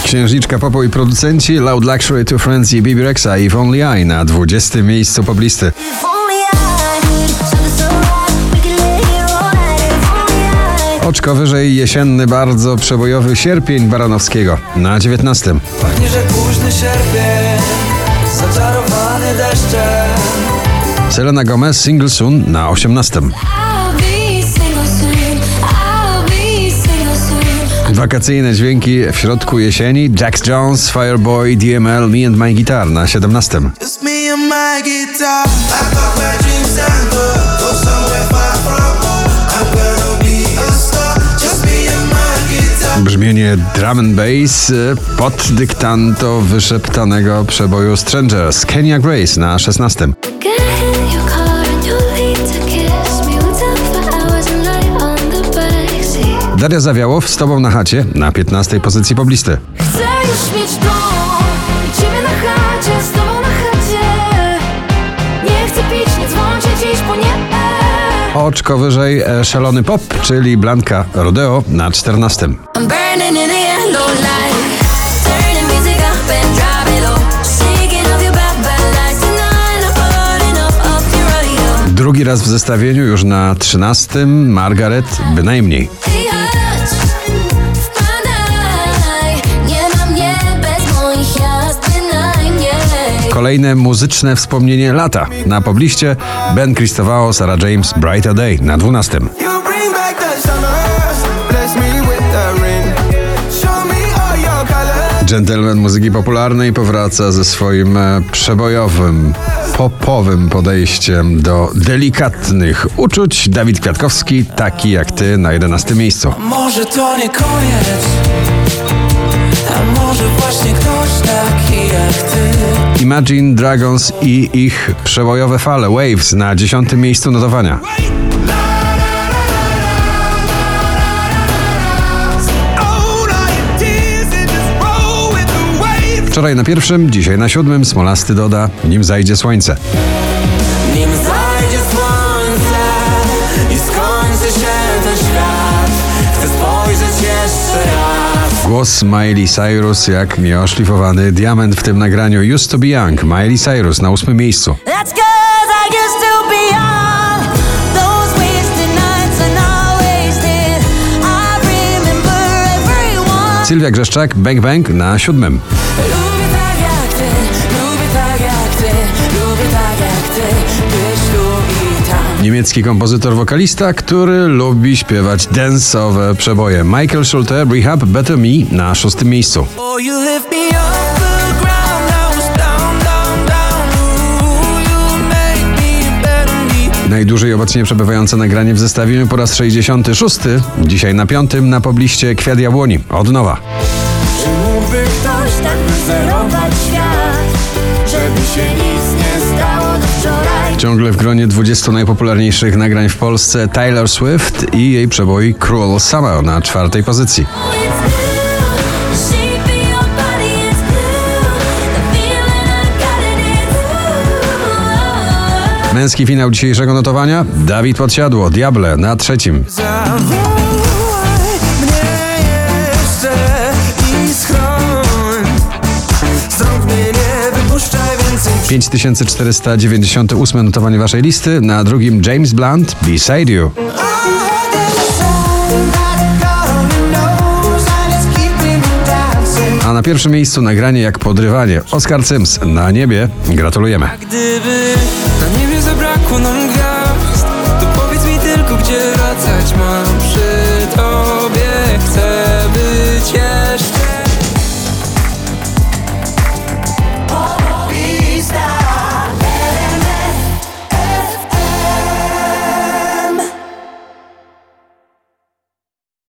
Księżniczka popu i producenci Loud Luxury, Two Friends i Bebe Rexha i If Only I na 20. miejscu poblisty. Oczko wyżej jesienny, bardzo przebojowy Sierpień Baranowskiego na 19. Pachnie, że późny sierpień, zaczarowany deszczem. Selena Gomez, Single Soon na 18. Wakacyjne dźwięki w środku jesieni, Jax Jones, Fireboy, DML, Me and My Guitar na 17. Brzmienie drum and bass pod dyktanto wyszeptanego przeboju Strangers, Kenya Grace na 16. Daria Zawiałow z Tobą na chacie na 15. pozycji poblisty. Chcę już mieć dom i ciebie na chacie, z tobą na chacie. Nie chcę pić, nie dzwonić dziś, bo nie. Oczko wyżej szalony pop, czyli Blanka Rodeo na 14. Drugi raz w zestawieniu, już na 13. Margaret, bynajmniej. Kolejne muzyczne wspomnienie lata. Na pobliście Ben Christovao, Sarah James, Brighter Day na 12. Gentleman muzyki popularnej powraca ze swoim przebojowym, popowym podejściem do delikatnych uczuć. Dawid Kwiatkowski, Taki jak ty na 11. miejscu. Może to nie koniec, a może właśnie ktoś taki jak ty. Imagine Dragons i ich przebojowe fale Waves na 10. miejscu notowania. Wczoraj na 1., dzisiaj na 7. Smolasty doda Nim zajdzie słońce. Nim zajdzie słońce i skończy się ten świat, chcę spojrzeć jeszcze raz. Głos Miley Cyrus jak nieoszlifowany diament w tym nagraniu. Used to be young, Miley Cyrus na 8. miejscu. Sylwia Grzeszczak, Bang Bang na 7. Niemiecki kompozytor, wokalista, który lubi śpiewać dance'owe przeboje. Michael Schulte, Rehab, Better Me na 6. miejscu. Najdłużej obecnie przebywające nagranie w zestawieniu po raz 66. Dzisiaj na 5. na pobliście Kwiat Jabłoni, od nowa. Czy mógłby ktoś tak wyzerować świat, żeby się nic nie stało do wczoraj? Ciągle w gronie 20 najpopularniejszych nagrań w Polsce Taylor Swift i jej przebój Cruel Summer na 4. pozycji. Męski finał dzisiejszego notowania, Dawid Podsiadło, Diable na 3. 5498 notowanie waszej listy, na 2. James Blunt, Beside You. A na 1. miejscu nagranie jak podrywanie, Oskar Sims, Na niebie. Gratulujemy. Gdyby na niebie zabrakło nam gwiazd, to powiedz mi tylko, gdzie wracać mam przy